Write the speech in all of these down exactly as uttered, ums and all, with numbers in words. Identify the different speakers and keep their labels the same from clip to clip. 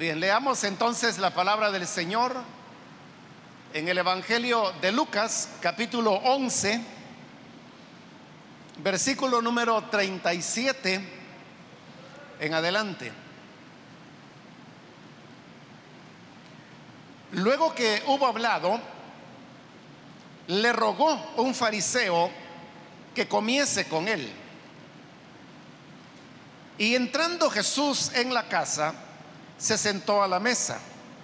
Speaker 1: Bien, leamos entonces la palabra del Señor en el Evangelio de Lucas, capítulo once, versículo número treinta y siete en adelante. Luego que hubo hablado, le rogó un fariseo que comiese con él. Y entrando Jesús en la casa, se sentó a la mesa.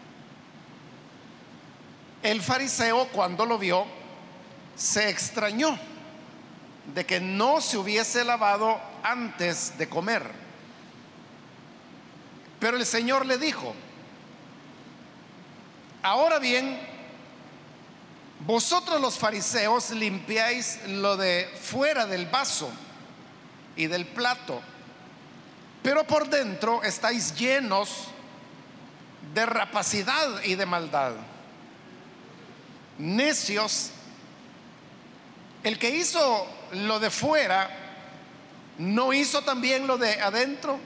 Speaker 1: El fariseo, cuando lo vio, se extrañó de que no se hubiese lavado antes de comer. Pero el Señor le dijo: ahora bien, vosotros los fariseos limpiáis lo de fuera del vaso y del plato, pero por dentro estáis llenos de rapacidad y de maldad. Necios, el que hizo lo de fuera, ¿no hizo también lo de adentro?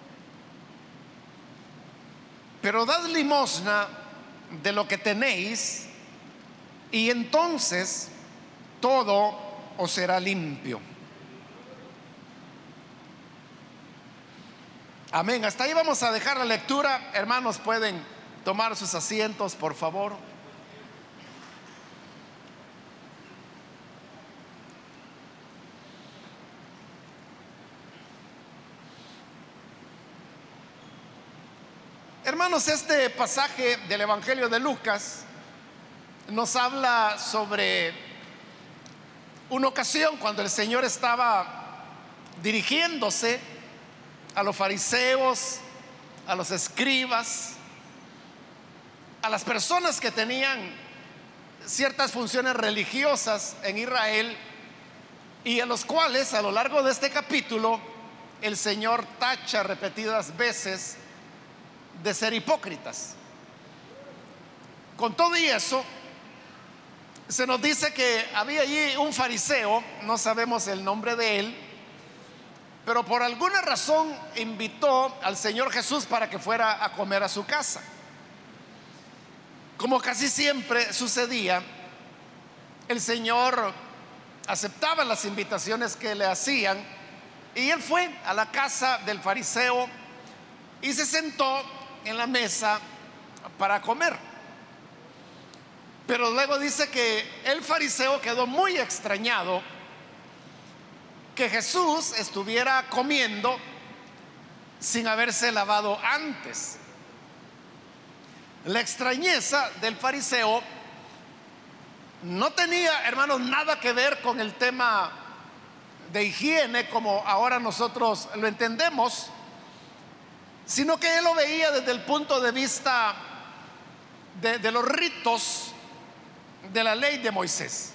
Speaker 1: Pero dad limosna de lo que tenéis, y entonces todo os será limpio. Amén. Hasta ahí vamos a dejar la lectura. Hermanos, pueden tomar sus asientos, por favor. Hermanos, este pasaje del Evangelio de Lucas nos habla sobre una ocasión cuando el Señor estaba dirigiéndose a los fariseos, a los escribas, a las personas que tenían ciertas funciones religiosas en Israel, y a los cuales a lo largo de este capítulo el Señor tacha repetidas veces de ser hipócritas. Con todo y eso, se nos dice que había allí un fariseo, no sabemos el nombre de él, pero por alguna razón invitó al Señor Jesús para que fuera a comer a su casa. Como casi siempre sucedía, el Señor aceptaba las invitaciones que le hacían, y él fue a la casa del fariseo y se sentó en la mesa para comer. Pero luego dice que el fariseo quedó muy extrañado que Jesús estuviera comiendo sin haberse lavado antes. La extrañeza del fariseo no tenía, hermanos, nada que ver con el tema de higiene como ahora nosotros lo entendemos, sino que él lo veía desde el punto de vista de, de los ritos de la ley de Moisés.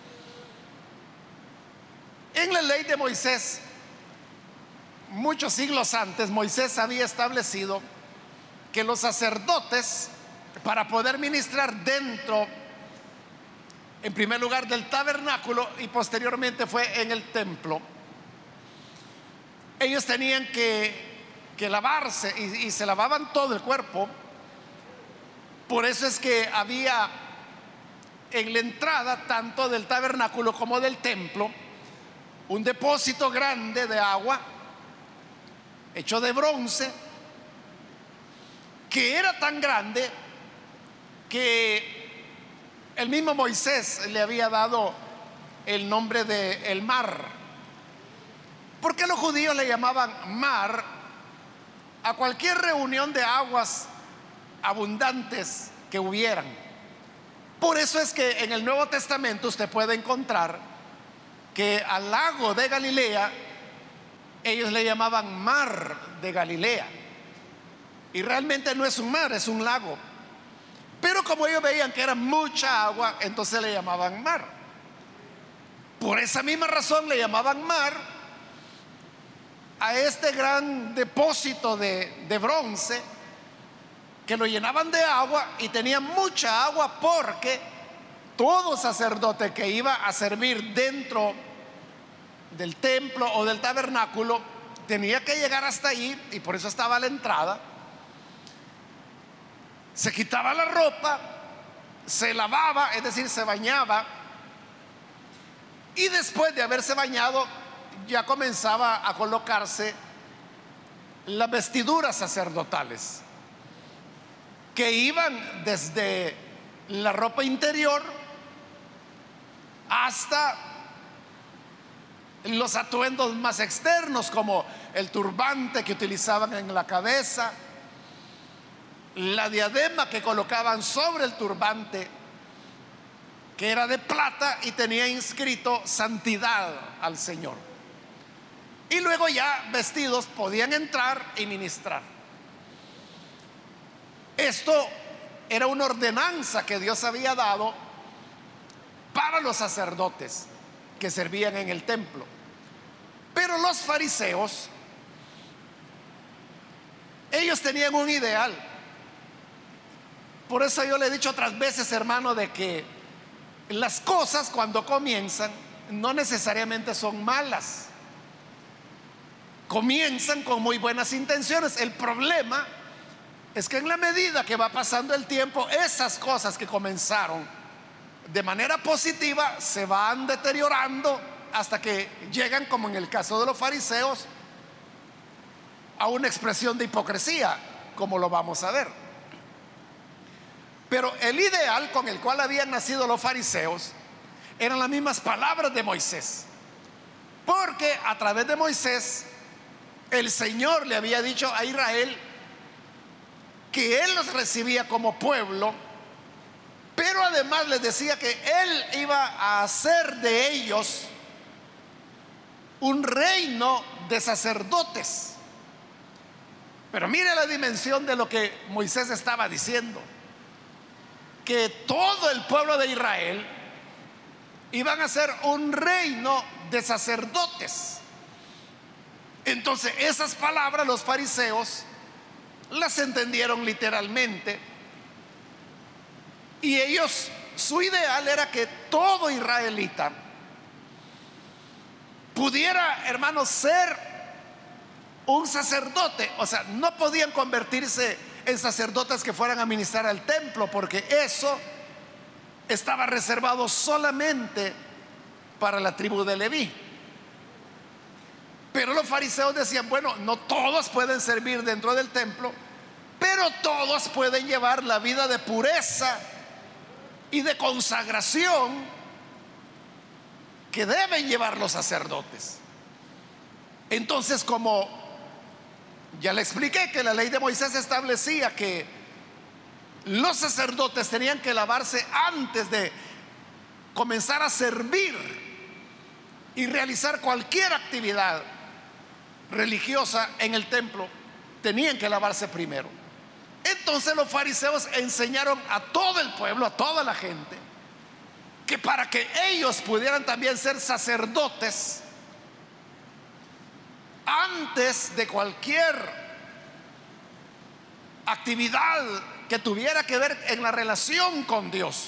Speaker 1: En la ley de Moisés, muchos siglos antes, Moisés había establecido que los sacerdotes, para poder ministrar dentro, en primer lugar del tabernáculo y posteriormente fue en el templo, ellos tenían que, que lavarse, y, y se lavaban todo el cuerpo. Por eso es que había en la entrada tanto del tabernáculo como del templo un depósito grande de agua hecho de bronce, que era tan grande que el mismo Moisés le había dado el nombre de el mar. ¿Por qué los judíos le llamaban mar a cualquier reunión de aguas abundantes que hubieran? Por eso es que en el Nuevo Testamento usted puede encontrar que al lago de Galilea ellos le llamaban mar de Galilea, y realmente no es un mar, es un lago. Pero como ellos veían que era mucha agua, entonces le llamaban mar. Por esa misma razón le llamaban mar a este gran depósito de, de bronce, que lo llenaban de agua y tenía mucha agua, porque todo sacerdote que iba a servir dentro del templo o del tabernáculo tenía que llegar hasta ahí, y por eso estaba a la entrada. Se quitaba la ropa, se lavaba, es decir, se bañaba, y después de haberse bañado ya comenzaba a colocarse las vestiduras sacerdotales, que iban desde la ropa interior hasta los atuendos más externos, como el turbante que utilizaban en la cabeza, la diadema que colocaban sobre el turbante, que era de plata y tenía inscrito santidad al Señor. Y luego ya vestidos podían entrar y ministrar. Esto era una ordenanza que Dios había dado para los sacerdotes que servían en el templo. Pero los fariseos, ellos tenían un ideal. Por eso yo le he dicho otras veces, hermano, de que las cosas cuando comienzan no necesariamente son malas. Comienzan con muy buenas intenciones. El problema es que en la medida que va pasando el tiempo, esas cosas que comenzaron de manera positiva se van deteriorando hasta que llegan, como en el caso de los fariseos, a una expresión de hipocresía, como lo vamos a ver. Pero el ideal con el cual habían nacido los fariseos eran las mismas palabras de Moisés, porque a través de Moisés el Señor le había dicho a Israel que Él los recibía como pueblo, pero además les decía que Él iba a hacer de ellos un reino de sacerdotes. Pero mire la dimensión de lo que Moisés estaba diciendo: que todo el pueblo de Israel iban a ser un reino de sacerdotes. Entonces esas palabras los fariseos las entendieron literalmente, y ellos, su ideal era que todo israelita pudiera, hermanos, ser un sacerdote. O sea, no podían convertirse en sacerdotes que fueran a ministrar al templo, porque eso estaba reservado solamente para la tribu de Leví. Pero los fariseos decían: bueno, no todos pueden servir dentro del templo, pero todos pueden llevar la vida de pureza y de consagración que deben llevar los sacerdotes. Entonces, como ya le expliqué que la ley de Moisés establecía que los sacerdotes tenían que lavarse antes de comenzar a servir y realizar cualquier actividad religiosa en el templo, tenían que lavarse primero. Entonces los fariseos enseñaron a todo el pueblo, a toda la gente, que para que ellos pudieran también ser sacerdotes, antes de cualquier actividad que tuviera que ver en la relación con Dios,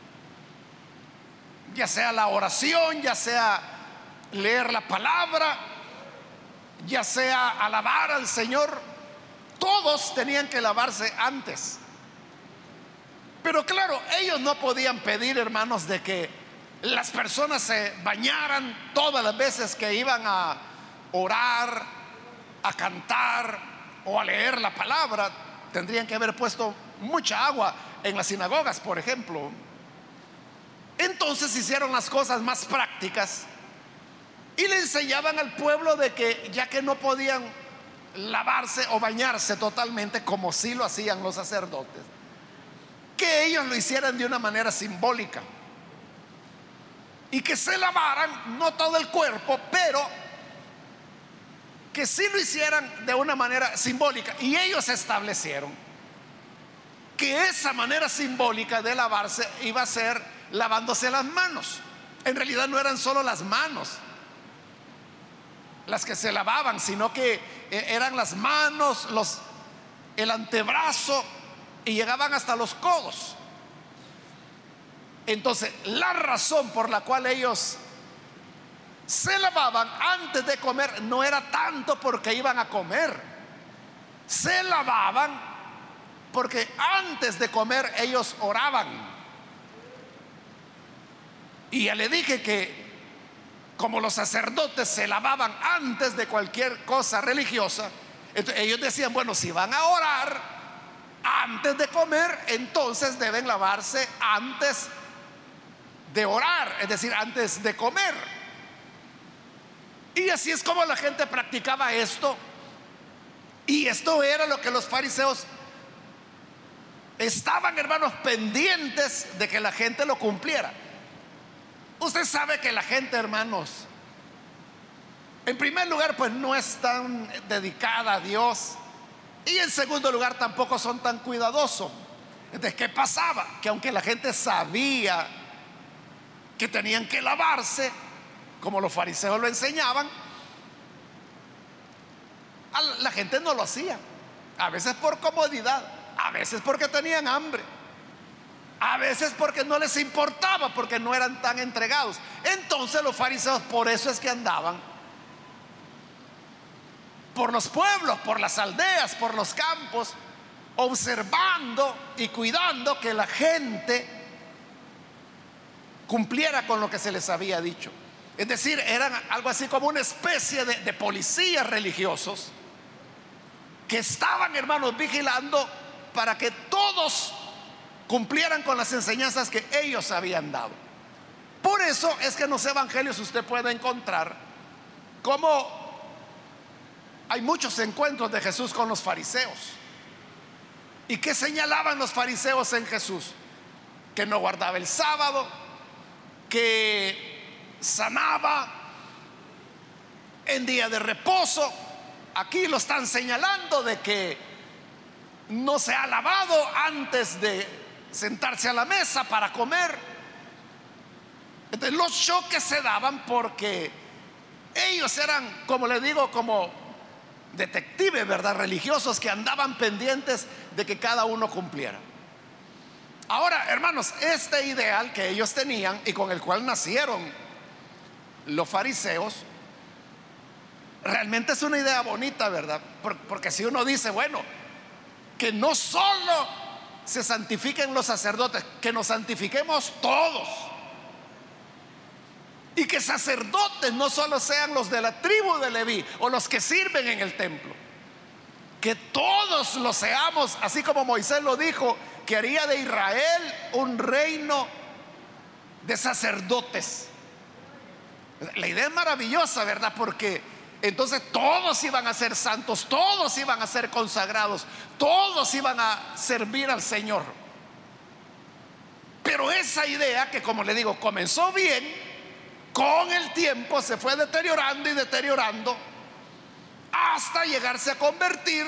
Speaker 1: ya sea la oración, ya sea leer la palabra, ya sea alabar al Señor, todos tenían que lavarse antes. Pero claro, ellos no podían pedir, hermanos, de que las personas se bañaran todas las veces que iban a orar, a cantar o a leer la palabra. Tendrían que haber puesto mucha agua en las sinagogas, por ejemplo. Entonces hicieron las cosas más prácticas y le enseñaban al pueblo de que, ya que no podían lavarse o bañarse totalmente como sí lo hacían los sacerdotes, que ellos lo hicieran de una manera simbólica y que se lavaran, no todo el cuerpo, pero que sí lo hicieran de una manera simbólica. Y ellos establecieron que esa manera simbólica de lavarse iba a ser lavándose las manos. En realidad no eran solo las manos las que se lavaban, sino que eran las manos, los, el antebrazo, y llegaban hasta los codos. Entonces, la razón por la cual ellos se lavaban antes de comer no era tanto porque iban a comer. Se lavaban porque antes de comer ellos oraban. Y ya le dije que como los sacerdotes se lavaban antes de cualquier cosa religiosa, entonces ellos decían, bueno, si van a orar antes de comer, entonces deben lavarse antes de orar, es decir, antes de comer. Y así es como la gente practicaba esto. Y esto era lo que los fariseos estaban, hermanos, pendientes de que la gente lo cumpliera. Usted sabe que la gente, hermanos, en primer lugar, pues no es tan dedicada a Dios, y en segundo lugar tampoco son tan cuidadosos. Entonces, ¿qué pasaba? Que aunque la gente sabía que tenían que lavarse, como los fariseos lo enseñaban, la gente no lo hacía. A veces por comodidad, a veces porque tenían hambre, a veces porque no les importaba, porque no eran tan entregados. Entonces los fariseos, por eso es que andaban por los pueblos, por las aldeas, por los campos, observando y cuidando que la gente cumpliera con lo que se les había dicho. Es decir, eran algo así como una especie de, de policías religiosos que estaban, hermanos, vigilando para que todos cumplieran con las enseñanzas que ellos habían dado. Por eso es que en los evangelios usted puede encontrar cómo hay muchos encuentros de Jesús con los fariseos. ¿Y qué señalaban los fariseos en Jesús? Que no guardaba el sábado, que sanaba en día de reposo. Aquí lo están señalando de que no se ha lavado antes de sentarse a la mesa para comer. Entonces los choques se daban porque ellos eran, como le digo, como detectives, ¿verdad?, religiosos que andaban pendientes de que cada uno cumpliera. Ahora, hermanos, este ideal que ellos tenían y con el cual nacieron los fariseos, realmente es una idea bonita, ¿verdad? Porque si uno dice, bueno, que no solo se santifiquen los sacerdotes, que nos santifiquemos todos, y que sacerdotes no solo sean los de la tribu de Leví o los que sirven en el templo, que todos lo seamos, así como Moisés lo dijo, que haría de Israel un reino de sacerdotes. La idea es maravillosa, ¿verdad? Porque entonces todos iban a ser santos, todos iban a ser consagrados, todos iban a servir al Señor. Pero esa idea, que como le digo, comenzó bien, con el tiempo se fue deteriorando y deteriorando hasta llegarse a convertir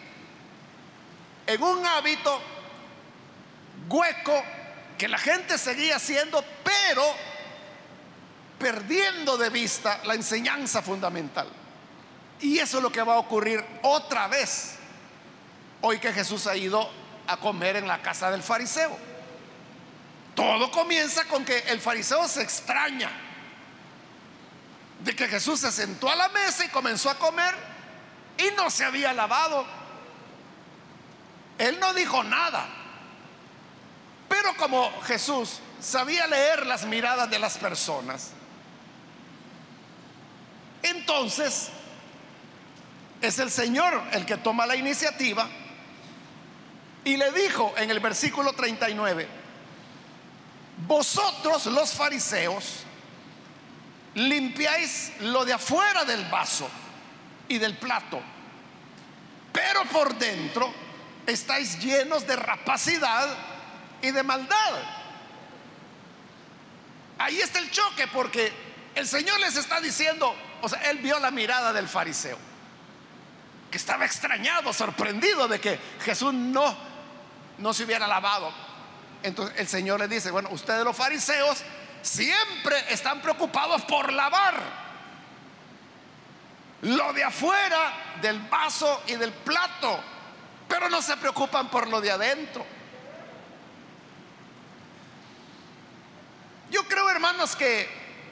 Speaker 1: en un hábito hueco que la gente seguía haciendo, pero perdiendo de vista la enseñanza fundamental. Y eso es lo que va a ocurrir otra vez hoy que Jesús ha ido a comer en la casa del fariseo. Todo comienza con que el fariseo se extraña de que Jesús se sentó a la mesa y comenzó a comer y no se había lavado. Él no dijo nada, pero como Jesús sabía leer las miradas de las personas, entonces es el Señor el que toma la iniciativa y le dijo en el versículo treinta y nueve: vosotros los fariseos limpiáis lo de afuera del vaso y del plato, pero por dentro estáis llenos de rapacidad y de maldad. Ahí está el choque, porque el Señor les está diciendo, o sea, él vio la mirada del fariseo, que estaba extrañado, sorprendido de que Jesús no, no se hubiera lavado. Entonces el Señor les dice, bueno, ustedes los fariseos siempre están preocupados por lavar lo de afuera del vaso y del plato, pero no se preocupan por lo de adentro. Yo creo, hermanos, que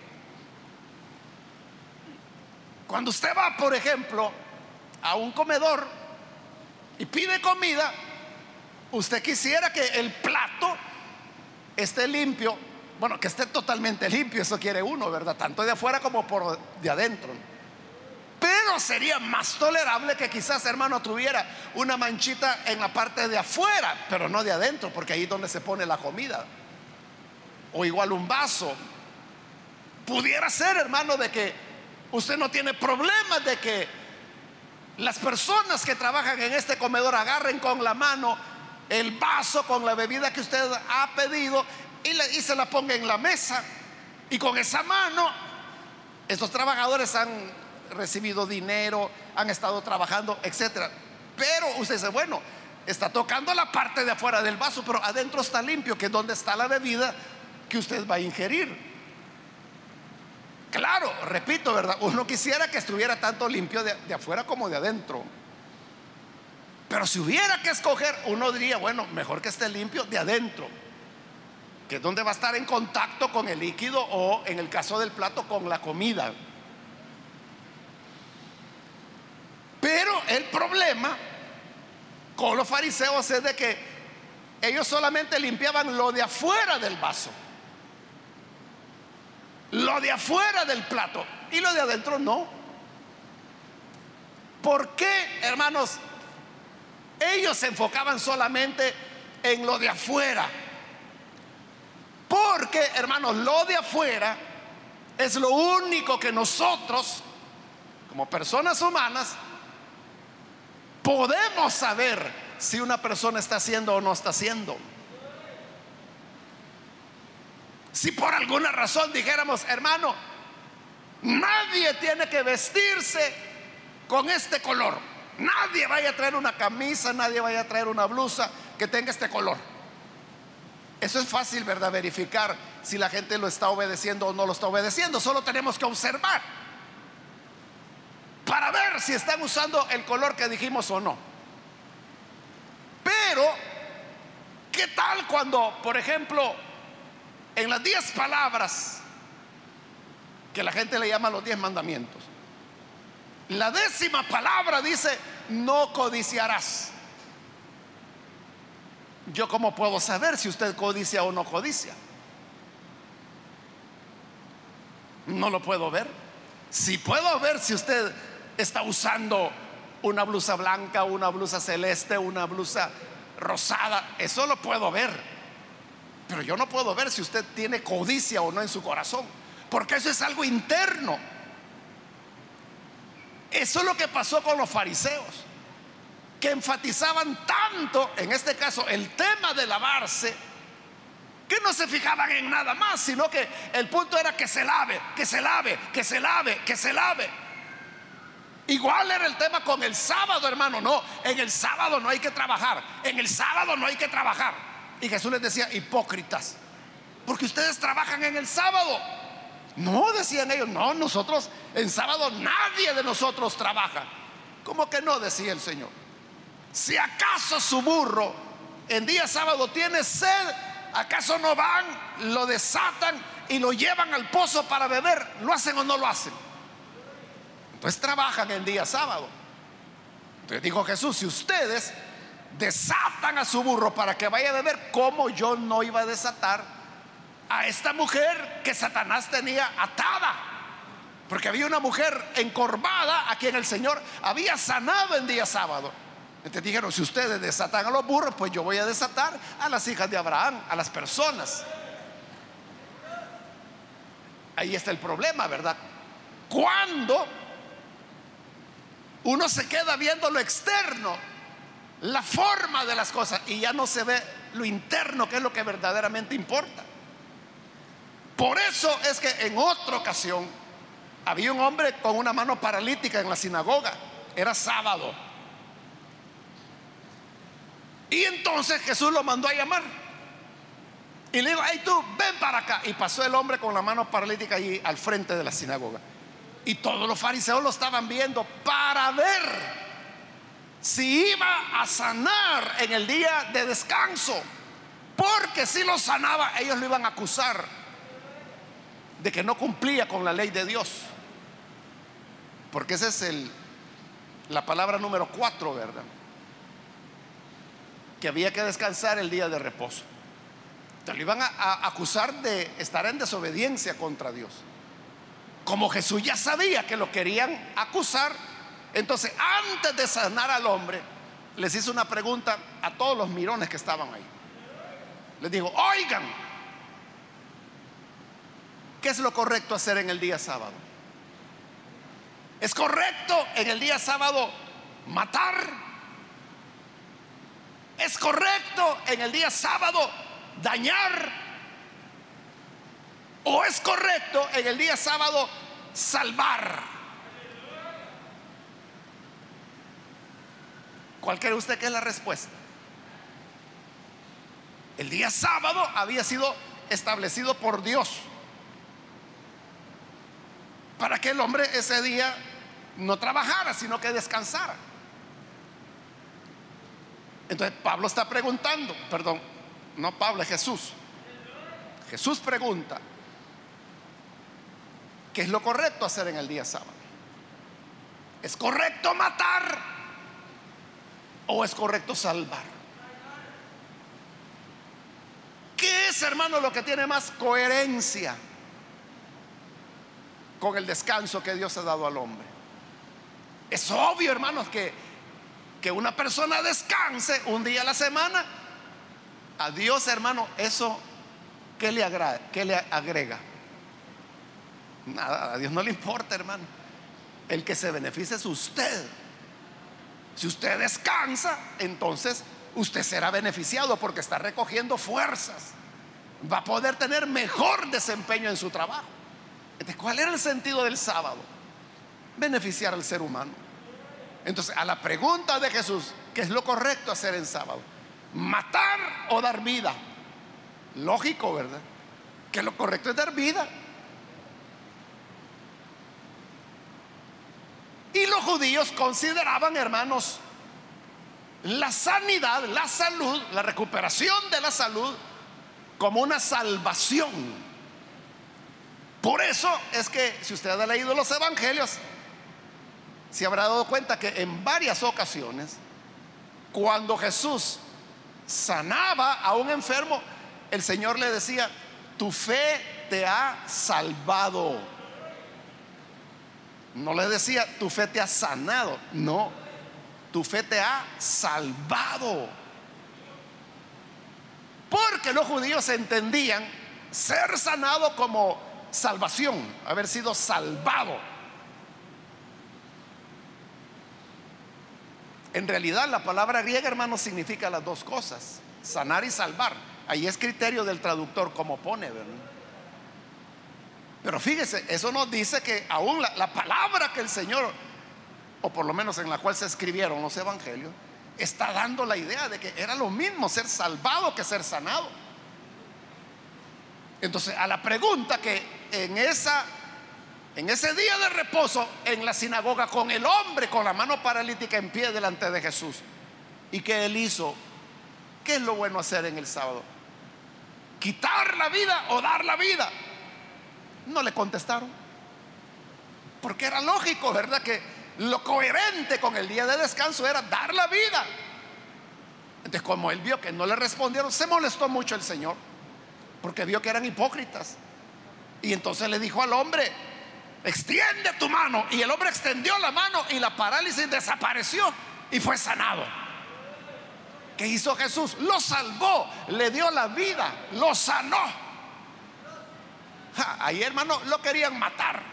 Speaker 1: cuando usted va, por ejemplo, a un comedor y pide comida, usted quisiera que el plato esté limpio, bueno, que esté totalmente limpio, eso quiere uno, ¿verdad? Tanto de afuera como por de adentro. Pero sería más tolerable que quizás, hermano, tuviera una manchita en la parte de afuera, pero no de adentro, porque ahí es donde se pone la comida. O igual un vaso. Pudiera ser, hermano, de que usted no tiene problemas de que las personas que trabajan en este comedor agarren con la mano el vaso con la bebida que usted ha pedido y, le, y se la ponga en la mesa, y con esa mano estos trabajadores han recibido dinero, han estado trabajando, etcétera. Pero usted dice, bueno, está tocando la parte de afuera del vaso, pero adentro está limpio, que es donde está la bebida que usted va a ingerir. Claro, repito, ¿verdad? Uno quisiera que estuviera tanto limpio de, de afuera como de adentro. Pero si hubiera que escoger, uno diría, bueno, mejor que esté limpio de adentro, que es donde va a estar en contacto con el líquido, o en el caso del plato, con la comida. Pero el problema con los fariseos es de que ellos solamente limpiaban lo de afuera del vaso, lo de afuera del plato, y lo de adentro no. ¿Por qué, hermanos? Ellos se enfocaban solamente en lo de afuera. Porque, hermanos, lo de afuera es lo único que nosotros, como personas humanas, podemos saber si una persona está haciendo o no está haciendo. Si por alguna razón dijéramos, hermano, nadie tiene que vestirse con este color, nadie vaya a traer una camisa, nadie vaya a traer una blusa que tenga este color. Eso es fácil, ¿verdad? Verificar si la gente lo está obedeciendo o no lo está obedeciendo. Solo tenemos que observar para ver si están usando el color que dijimos o no. Pero, ¿qué tal cuando, por ejemplo, en las diez palabras que la gente le llama los diez mandamientos, la décima palabra dice, no codiciarás? ¿Yo cómo puedo saber si usted codicia o no codicia? No lo puedo ver. Si puedo ver si usted está usando una blusa blanca, una blusa celeste, una blusa rosada, eso lo puedo ver. Pero yo no puedo ver si usted tiene codicia o no en su corazón, porque eso es algo interno. Eso es lo que pasó con los fariseos, que enfatizaban tanto, en este caso, el tema de lavarse, que no se fijaban en nada más, sino que el punto era que se lave, que se lave, que se lave, que se lave. Igual era el tema con el sábado, hermano. No, en el sábado no hay que trabajar, en el sábado no hay que trabajar. Y Jesús les decía, hipócritas, porque ustedes trabajan en el sábado. No, decían ellos, no, nosotros en sábado nadie de nosotros trabaja. ¿Cómo que no? Decía el Señor. Si acaso su burro en día sábado tiene sed, ¿acaso no van, lo desatan y lo llevan al pozo para beber? ¿Lo hacen o no lo hacen? Entonces trabajan en día sábado. Entonces dijo Jesús, si ustedes desatan a su burro para que vaya a beber, ¿cómo yo no iba a desatar a esta mujer que Satanás tenía atada? Porque había una mujer encorvada a quien el Señor había sanado en día sábado. Entonces dijeron, si ustedes desatan a los burros, pues yo voy a desatar a las hijas de Abraham, a las personas. Ahí está el problema, ¿verdad? Cuando uno se queda viendo lo externo, la forma de las cosas, y ya no se ve lo interno, que es lo que verdaderamente importa. Por eso es que en otra ocasión había un hombre con una mano paralítica en la sinagoga. Era sábado. Y entonces Jesús lo mandó a llamar y le dijo, hey tú, ven para acá. Y pasó el hombre con la mano paralítica allí al frente de la sinagoga. Y todos los fariseos lo estaban viendo para ver si iba a sanar en el día de descanso, porque si lo sanaba, ellos lo iban a acusar de que no cumplía con la ley de Dios. Porque esa es el, la palabra número cuatro, ¿verdad? que había que descansar el día de reposo. Te lo iban a, a acusar de estar en desobediencia contra Dios. Como Jesús ya sabía que lo querían acusar, entonces antes de sanar al hombre, les hizo una pregunta a todos los mirones que estaban ahí. Les dijo: oigan, ¿qué es lo correcto hacer en el día sábado? ¿Es correcto en el día sábado matar? ¿Es correcto en el día sábado dañar? ¿O es correcto en el día sábado salvar? ¿Cuál cree usted que es la respuesta? El día sábado había sido establecido por Dios para que el hombre ese día no trabajara, sino que descansara. Entonces Pablo está preguntando, perdón, no Pablo, es Jesús. Jesús pregunta: ¿qué es lo correcto hacer en el día sábado? ¿Es correcto matar o es correcto salvar? ¿Qué es, hermano, lo que tiene más coherencia con el descanso que Dios ha dado al hombre? Es obvio, hermanos, que, que una persona descanse un día a la semana. A Dios, hermano, eso ¿qué le agrada? ¿Qué le agrega? Nada, a Dios no le importa, hermano. El que se beneficie es usted. Si usted descansa, entonces usted será beneficiado porque está recogiendo fuerzas. Va a poder tener mejor desempeño en su trabajo. Entonces, ¿cuál era el sentido del sábado? Beneficiar al ser humano. Entonces, a la pregunta de Jesús: ¿qué es lo correcto hacer en sábado? ¿Matar o dar vida? Lógico, ¿verdad? Que lo correcto es dar vida. Y los judíos consideraban, hermanos, la sanidad, la salud, la recuperación de la salud como una salvación. Por eso es que, si usted ha leído los evangelios, se habrá dado cuenta que en varias ocasiones, cuando Jesús sanaba a un enfermo, el Señor le decía: tu fe te ha salvado. No le decía: tu fe te ha sanado. No, tu fe te ha salvado. Porque los judíos entendían ser sanado como salvación, haber sido salvado. En realidad la palabra griega, hermano, significa las dos cosas: sanar y salvar. Ahí es criterio del traductor como pone, ¿verdad? Pero fíjese, eso nos dice que aún la, la palabra que el Señor, o por lo menos en la cual se escribieron los evangelios, está dando la idea de que era lo mismo ser salvado que ser sanado. Entonces, a la pregunta que en esa en ese día de reposo en la sinagoga, con el hombre con la mano paralítica en pie delante de Jesús, y que él hizo, ¿qué es lo bueno hacer en el sábado? ¿Quitar la vida o dar la vida? No le contestaron, porque era lógico, ¿verdad?, que lo coherente con el día de descanso era dar la vida. Entonces, como él vio que no le respondieron, se molestó mucho el Señor, porque vio que eran hipócritas. Y entonces le dijo al hombre: extiende tu mano. Y el hombre extendió la mano y la parálisis desapareció y fue sanado. ¿Qué hizo Jesús? Lo salvó, le dio la vida, lo sanó. Ja, ahí, hermano, lo querían matar.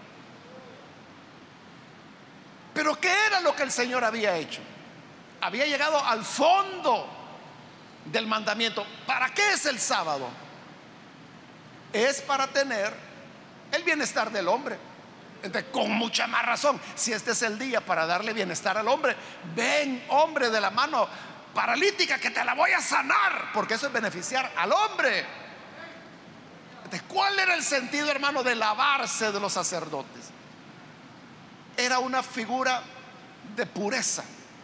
Speaker 1: Pero ¿qué era lo que el Señor había hecho? Había llegado al fondo del mandamiento. ¿Para qué es el sábado? Es para tener el bienestar del hombre. Entonces, con mucha más razón, si este es el día para darle bienestar al hombre, ven, hombre, de la mano paralítica, que te la voy a sanar, porque eso es beneficiar al hombre. Entonces, ¿cuál era el sentido, hermano, de lavarse de los sacerdotes? Era una figura de pureza.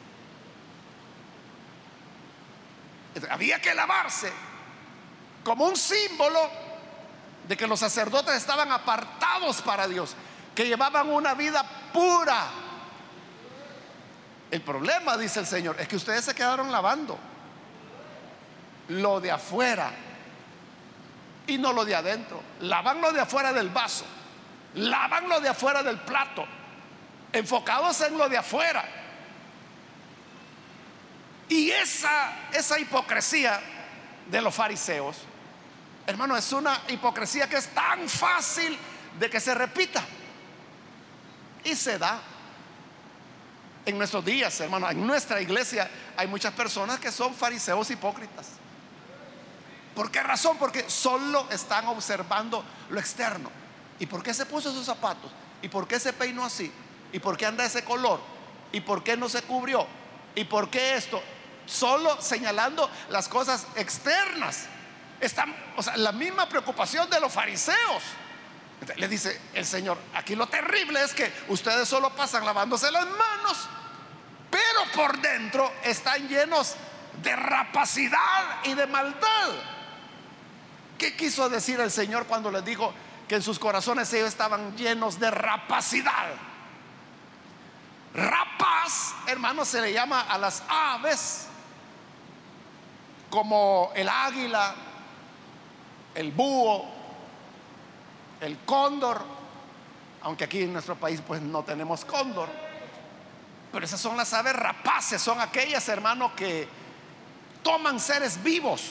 Speaker 1: Entonces, había que lavarse como un símbolo de que los sacerdotes estaban apartados para Dios, que llevaban una vida pura. El problema, dice el Señor, es que ustedes se quedaron lavando lo de afuera y no lo de adentro. Lavan lo de afuera del vaso, lavan lo de afuera del plato, enfocados en lo de afuera. Y esa, esa hipocresía de los fariseos, hermano, es una hipocresía que es tan fácil de que se repita. Y se da en nuestros días, hermano. En nuestra iglesia hay muchas personas que son fariseos hipócritas. ¿Por qué razón? Porque solo están observando lo externo. ¿Y por qué se puso esos zapatos? ¿Y por qué se peinó así? ¿Y por qué anda ese color? ¿Y por qué no se cubrió? ¿Y por qué esto? Solo señalando las cosas externas. Están, o sea, la misma preocupación de los fariseos. Entonces, le dice el Señor, aquí lo terrible es que ustedes solo pasan lavándose las manos, pero por dentro están llenos de rapacidad y de maldad. ¿Qué quiso decir el Señor cuando les dijo que en sus corazones ellos estaban llenos de rapacidad? Rapaz, hermano, se le llama a las aves como el águila, el búho, el cóndor, aunque aquí en nuestro país pues no tenemos cóndor, pero esas son las aves rapaces. Son aquellas, hermano, que toman seres vivos.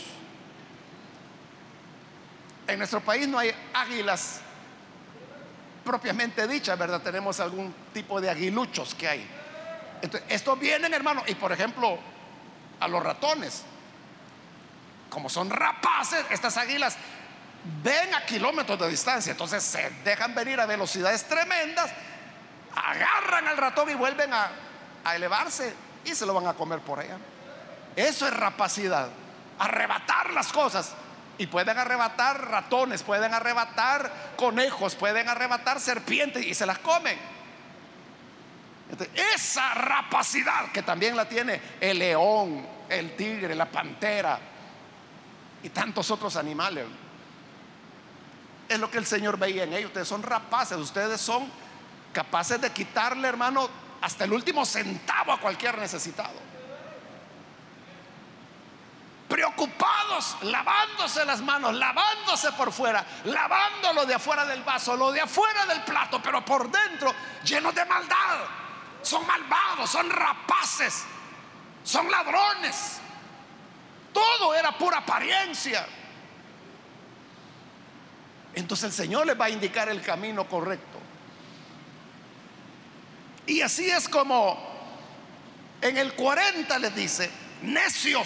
Speaker 1: En nuestro país no hay águilas propiamente dichas, ¿verdad? Tenemos algún tipo de aguiluchos que hay. Entonces, estos vienen, hermano, y por ejemplo a los ratones, como son rapaces, estas águilas ven a kilómetros de distancia, entonces se dejan venir a velocidades tremendas, agarran al ratón y vuelven a, a elevarse y se lo van a comer por allá. Eso es rapacidad, arrebatar las cosas. Y pueden arrebatar ratones, pueden arrebatar conejos, pueden arrebatar serpientes y se las comen. Entonces, esa rapacidad que también la tiene el león, el tigre, la pantera y tantos otros animales, es lo que el Señor veía en ellos. Ustedes son rapaces, ustedes son capaces de quitarle, hermano, hasta el último centavo a cualquier necesitado. Preocupados, lavándose las manos, lavándose por fuera, lavando lo de afuera del vaso, lo de afuera del plato, pero por dentro llenos de maldad. Son malvados, son rapaces, son ladrones. Todo era pura apariencia. Entonces el Señor les va a indicar el camino correcto. Y así es como en el cuarenta les dice: necios,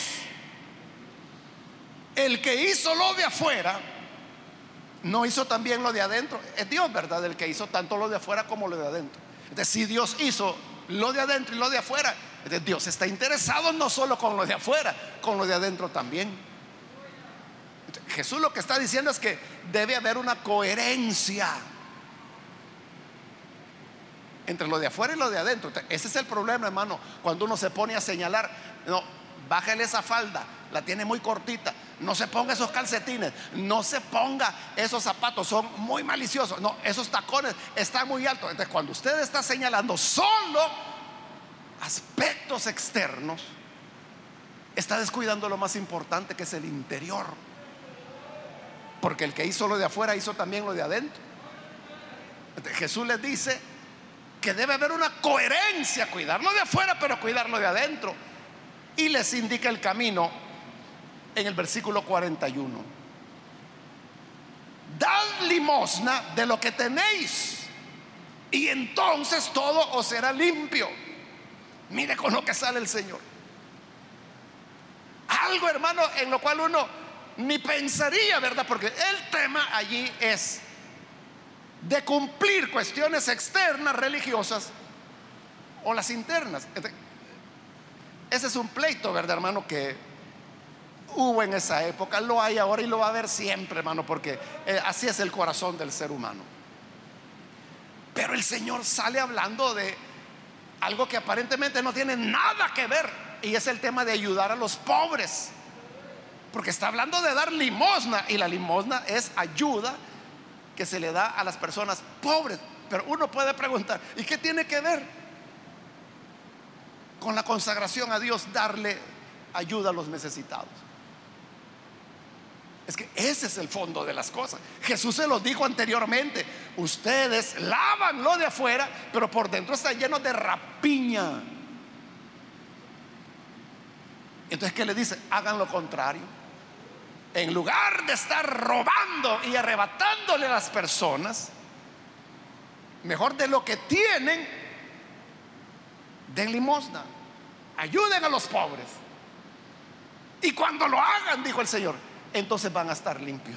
Speaker 1: el que hizo lo de afuera no hizo también lo de adentro. Es Dios, ¿verdad?, el que hizo tanto lo de afuera como lo de adentro. Entonces, si Dios hizo lo de adentro y lo de afuera, entonces Dios está interesado no solo con lo de afuera, con lo de adentro también. Entonces, Jesús lo que está diciendo es que debe haber una coherencia entre lo de afuera y lo de adentro. Entonces, ese es el problema, hermano, cuando uno se pone a señalar: no, bájale esa falda, la tiene muy cortita, no se ponga esos calcetines, no se ponga esos zapatos, son muy maliciosos, no, esos tacones están muy altos. Entonces, cuando usted está señalando solo aspectos externos, está descuidando lo más importante, que es el interior, porque el que hizo lo de afuera hizo también lo de adentro. Entonces, Jesús les dice que debe haber una coherencia, cuidarlo de afuera pero cuidarlo de adentro, y les indica el camino en el versículo cuarenta y uno: dad limosna de lo que tenéis, y entonces todo os será limpio. Mire con lo que sale el Señor. Algo, hermano, en lo cual uno ni pensaría, ¿verdad? Porque el tema allí es de cumplir cuestiones externas religiosas o las internas. Ese es un pleito, ¿verdad, hermano?, que hubo en esa época, lo hay ahora y lo va a haber siempre, hermano, porque eh, así es el corazón del ser humano. Pero el Señor sale hablando de algo que aparentemente no tiene nada que ver, y es el tema de ayudar a los pobres, porque está hablando de dar limosna, y la limosna es ayuda que se le da a las personas pobres. Pero uno puede preguntar: ¿y qué tiene que ver con la consagración a Dios darle ayuda a los necesitados? Es que ese es el fondo de las cosas. Jesús se los dijo anteriormente: ustedes lavan lo de afuera, pero por dentro está lleno de rapiña. Entonces, ¿qué le dice? Hagan lo contrario. En lugar de estar robando y arrebatándole a las personas, mejor de lo que tienen, den limosna, ayuden a los pobres. Y cuando lo hagan, dijo el Señor, entonces van a estar limpios.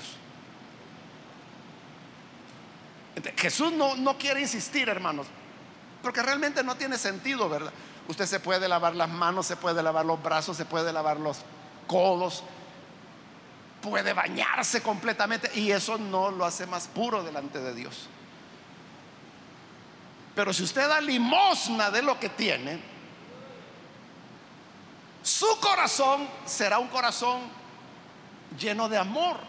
Speaker 1: Entonces, Jesús no, no quiere insistir, hermanos, porque realmente no tiene sentido, ¿verdad? Usted se puede lavar las manos, se puede lavar los brazos, se puede lavar los codos, puede bañarse completamente, y eso no lo hace más puro delante de Dios. Pero si usted da limosna de lo que tiene, su corazón será un corazón lleno de amor.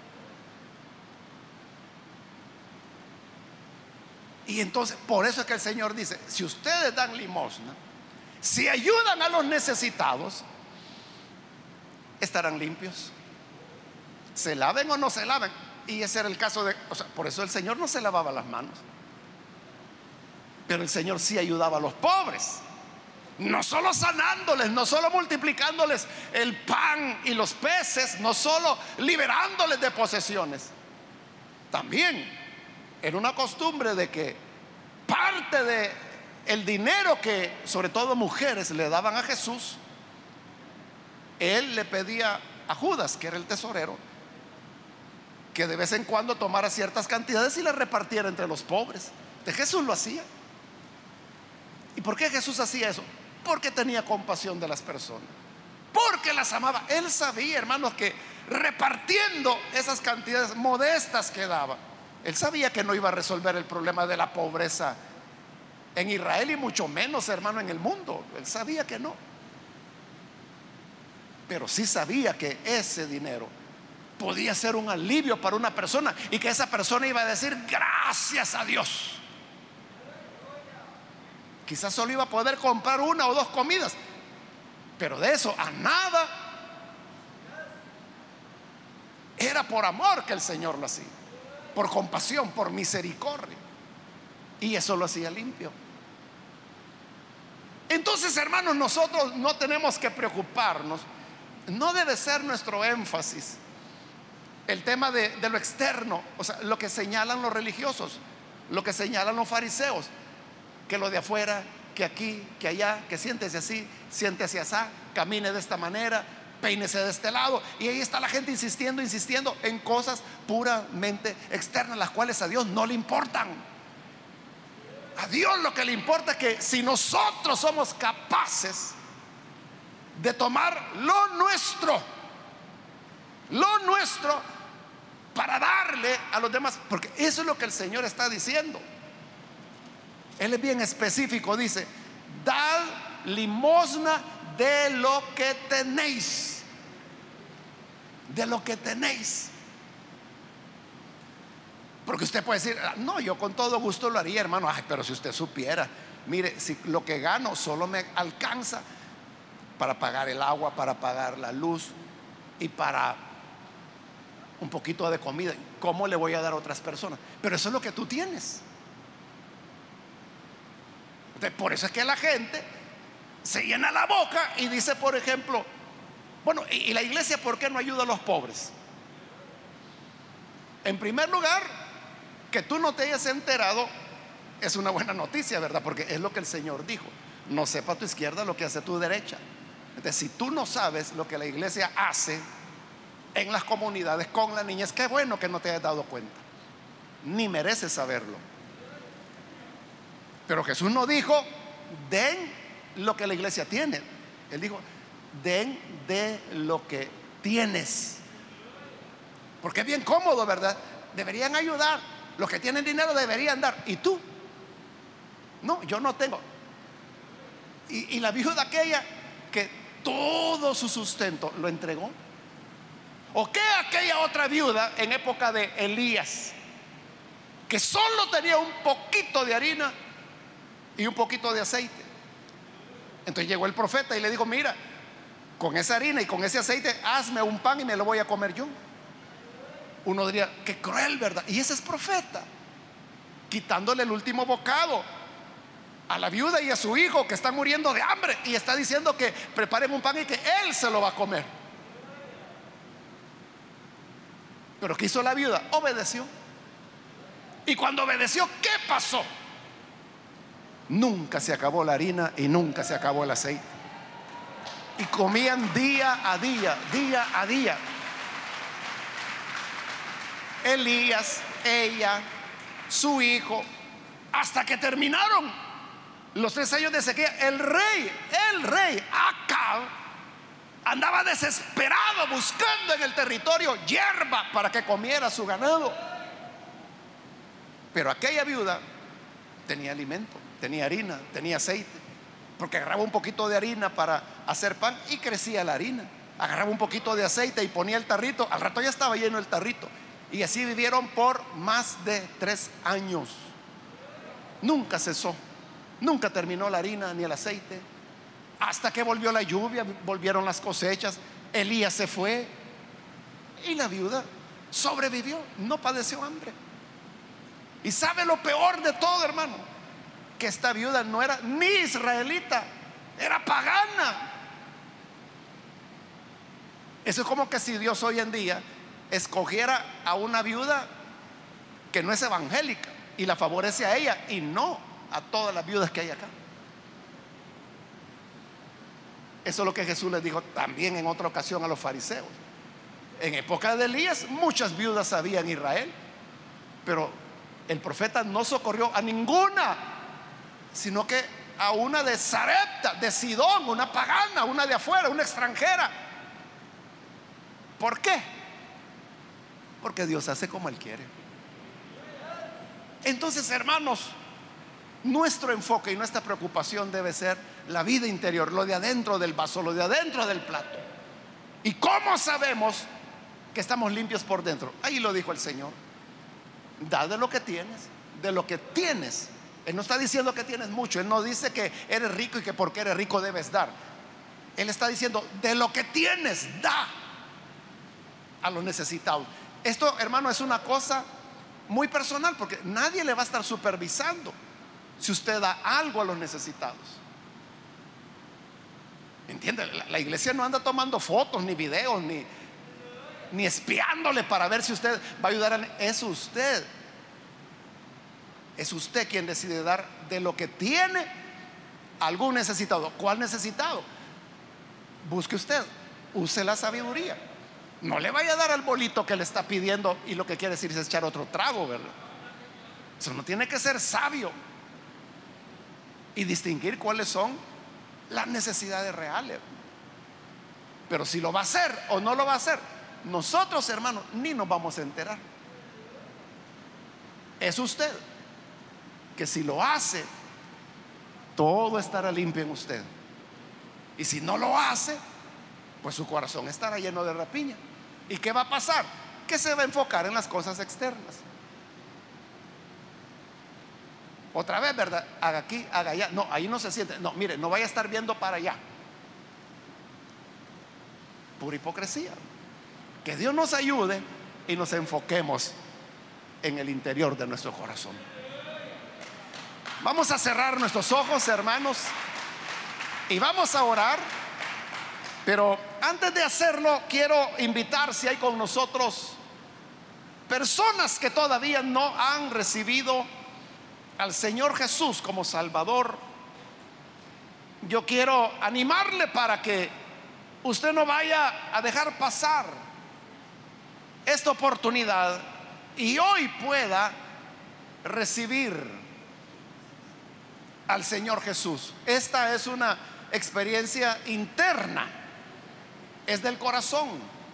Speaker 1: Y entonces, por eso es que el Señor dice: si ustedes dan limosna, si ayudan a los necesitados, estarán limpios, se laven o no se laven. Y ese era el caso de, o sea, por eso el Señor no se lavaba las manos, pero el Señor sí ayudaba a los pobres, no solo sanándoles, no solo multiplicándoles el pan y los peces, no solo liberándoles de posesiones. También era una costumbre de que parte de el dinero que sobre todo mujeres le daban a Jesús, él le pedía a Judas, que era el tesorero, que de vez en cuando tomara ciertas cantidades y las repartiera entre los pobres. De Jesús lo hacía. ¿Y por qué Jesús hacía eso? Porque tenía compasión de las personas, porque las amaba. Él sabía, hermanos, que repartiendo esas cantidades modestas que daba, él sabía que no iba a resolver el problema de la pobreza en Israel, y mucho menos, hermano, en el mundo. Él sabía que no, pero sí sabía que ese dinero podía ser un alivio para una persona, y que esa persona iba a decir gracias a Dios. Quizás solo iba a poder comprar una o dos comidas, pero de eso a nada. Era por amor que el Señor lo hacía, por compasión, por misericordia, y eso lo hacía limpio. Entonces, hermanos, nosotros no tenemos que preocuparnos, no debe ser nuestro énfasis el tema de, de lo externo, o sea, lo que señalan los religiosos, lo que señalan los fariseos, que lo de afuera, que aquí, que allá, que siéntese así, siéntese así, camine de esta manera, peínese de este lado. Y ahí está la gente insistiendo, insistiendo en cosas puramente externas, las cuales a Dios no le importan. A Dios lo que le importa es que si nosotros somos capaces de tomar lo nuestro, lo nuestro, para darle a los demás, porque eso es lo que el Señor está diciendo. Él es bien específico, dice: dad limosna de lo que tenéis, de lo que tenéis. Porque usted puede decir: no, yo con todo gusto lo haría, hermano. Ay, pero si usted supiera, mire, si lo que gano solo me alcanza para pagar el agua, para pagar la luz y para un poquito de comida, ¿cómo le voy a dar a otras personas? Pero eso es lo que tú tienes. Por eso es que la gente se llena la boca y dice, por ejemplo, bueno, ¿y la iglesia por qué no ayuda a los pobres? En primer lugar, que tú no te hayas enterado es una buena noticia, ¿verdad? Porque es lo que el Señor dijo: no sepa tu izquierda lo que hace tu derecha. Entonces, si tú no sabes lo que la iglesia hace en las comunidades con la niñez, qué bueno que no te hayas dado cuenta, ni mereces saberlo. Pero Jesús no dijo den lo que la iglesia tiene, Él dijo den de lo que tienes, porque es bien cómodo, ¿verdad? Deberían ayudar, los que tienen dinero deberían dar, y tú no, yo no tengo. Y, y la viuda aquella que todo su sustento lo entregó, o que aquella otra viuda en época de Elías que solo tenía un poquito de harina y un poquito de aceite. Entonces llegó el profeta y le dijo: mira, con esa harina y con ese aceite hazme un pan y me lo voy a comer yo. Uno diría, qué cruel, ¿verdad? Y ese es profeta, quitándole el último bocado a la viuda y a su hijo que están muriendo de hambre, y está diciendo que preparen un pan y que él se lo va a comer. Pero ¿qué hizo la viuda? Obedeció. Y cuando obedeció, ¿qué pasó? Nunca se acabó la harina y nunca se acabó el aceite. Y comían día a día, día a día. Elías, ella, su hijo, hasta que terminaron los tres años de sequía. El rey, el rey Acab andaba desesperado buscando en el territorio hierba para que comiera su ganado. Pero aquella viuda tenía alimento, tenía harina, tenía aceite, porque agarraba un poquito de harina para hacer pan y crecía la harina. Agarraba un poquito de aceite y ponía el tarrito, al rato ya estaba lleno el tarrito. Y así vivieron por más de tres años. Nunca cesó, nunca terminó la harina ni el aceite, hasta que volvió la lluvia, volvieron las cosechas. Elías se fue y la viuda sobrevivió, no padeció hambre. Y sabe lo peor de todo, hermano, que esta viuda no era ni israelita, era pagana. Eso es como que si Dios hoy en día escogiera a una viuda que no es evangélica y la favorece a ella y no a todas las viudas que hay acá. Eso es lo que Jesús les dijo también en otra ocasión a los fariseos. En época de Elías muchas viudas había en Israel, pero el profeta no socorrió a ninguna, sino que a una de Sarepta, de Sidón, una pagana, una de afuera, una extranjera. ¿Por qué? Porque Dios hace como Él quiere. Entonces, hermanos, nuestro enfoque y nuestra preocupación debe ser la vida interior, lo de adentro del vaso, lo de adentro del plato. ¿Y cómo sabemos que estamos limpios por dentro? Ahí lo dijo el Señor: da de lo que tienes, de lo que tienes. Él no está diciendo que tienes mucho, Él no dice que eres rico y que porque eres rico debes dar. Él está diciendo, de lo que tienes, da a los necesitados. Esto, hermano, es una cosa muy personal, porque nadie le va a estar supervisando si usted da algo a los necesitados. ¿Entiende? La, la iglesia no anda tomando fotos, ni videos, ni, ni espiándole para ver si usted va a ayudar a... Es usted. Es usted quien decide dar de lo que tiene a algún necesitado. ¿Cuál necesitado? Busque usted, use la sabiduría. No le vaya a dar al bolito que le está pidiendo y lo que quiere decir es echar otro trago, ¿verdad? Eso no, tiene que ser sabio y distinguir cuáles son las necesidades reales. Pero si lo va a hacer o no lo va a hacer, nosotros, hermanos, ni nos vamos a enterar. Es usted que si lo hace, todo estará limpio en usted. Y si no lo hace, pues su corazón estará lleno de rapiña. ¿Y qué va a pasar? Que se va a enfocar en las cosas externas. Otra vez, ¿verdad? Haga aquí, haga allá. No, ahí no se siente. No, mire, no vaya a estar viendo para allá. Pura hipocresía. Que Dios nos ayude y nos enfoquemos en el interior de nuestro corazón. Vamos a cerrar nuestros ojos, hermanos, y vamos a orar. Pero antes de hacerlo, quiero invitar, si hay con nosotros personas que todavía no han recibido al Señor Jesús como Salvador, yo quiero animarle para que usted no vaya a dejar pasar esta oportunidad y hoy pueda recibir al Señor Jesús. Esta es una experiencia interna, es del corazón.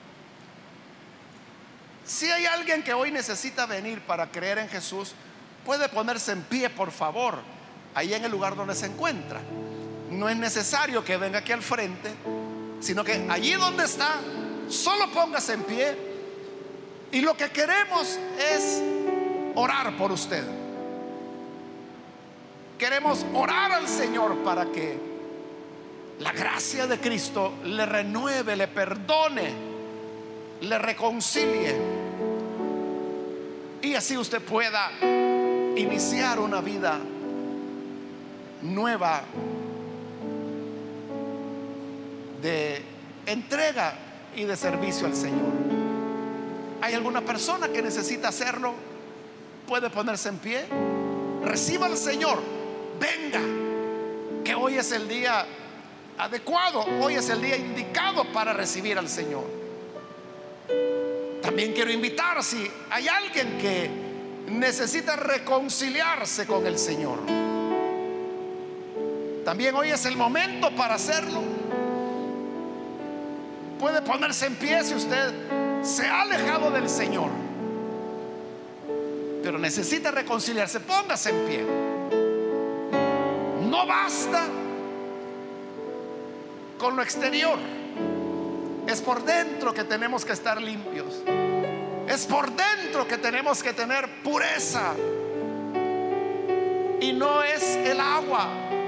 Speaker 1: Si hay alguien que hoy necesita venir para creer en Jesús, puede ponerse en pie, por favor, ahí en el lugar donde se encuentra. No es necesario que venga aquí al frente, sino que allí donde está, solo póngase en pie. Y lo que queremos es orar por usted. Queremos orar al Señor para que la gracia de Cristo le renueve, le perdone, le reconcilie y así usted pueda iniciar una vida nueva de entrega y de servicio al Señor. ¿Hay alguna persona que necesita hacerlo? Puede ponerse en pie. Reciba al Señor. Venga, que hoy es el día adecuado, hoy es el día indicado para recibir al Señor. También quiero invitar, si hay alguien que necesita reconciliarse con el Señor, también hoy es el momento para hacerlo. Puede ponerse en pie si usted se ha alejado del Señor, pero necesita reconciliarse. Póngase en pie. No basta con lo exterior, es por dentro que tenemos que estar limpios. Es por dentro que tenemos que tener pureza, y no es el agua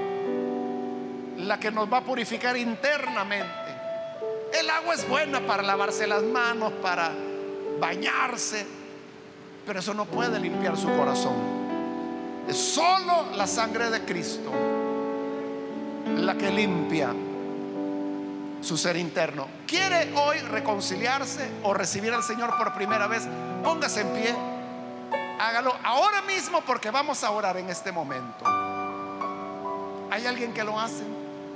Speaker 1: la que nos va a purificar internamente. El agua es buena para lavarse las manos, para bañarse, pero eso no puede limpiar su corazón. Es solo la sangre de Cristo la que limpia su ser interno. ¿Quiere hoy reconciliarse o recibir al Señor por primera vez? Póngase en pie. Hágalo ahora mismo, porque vamos a orar en este momento. ¿Hay alguien que lo hace?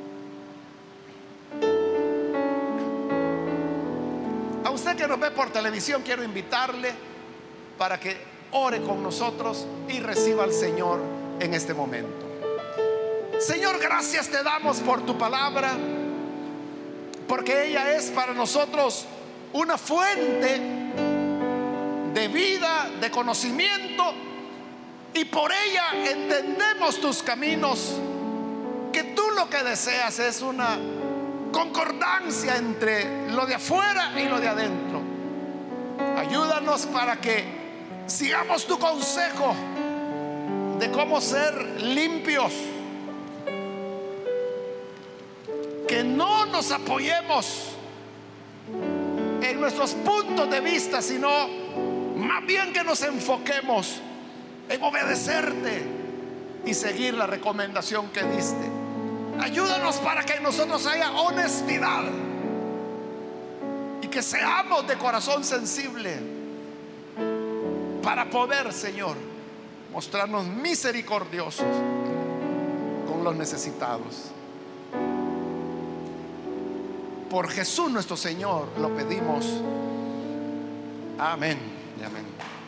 Speaker 1: A usted que nos ve por televisión, quiero invitarle para que ore con nosotros y reciba al Señor en este momento. Señor, gracias te damos por tu palabra, porque ella es para nosotros una fuente de vida, de conocimiento, y por ella entendemos tus caminos, que tú lo que deseas es una concordancia entre lo de afuera y lo de adentro. Ayúdanos para que sigamos tu consejo de cómo ser limpios, que no nos apoyemos en nuestros puntos de vista, sino más bien que nos enfoquemos en obedecerte y seguir la recomendación que diste. Ayúdanos para que en nosotros haya honestidad y que seamos de corazón sensible, para poder, Señor, mostrarnos misericordiosos con los necesitados. Por Jesús nuestro Señor lo pedimos. Amén y amén.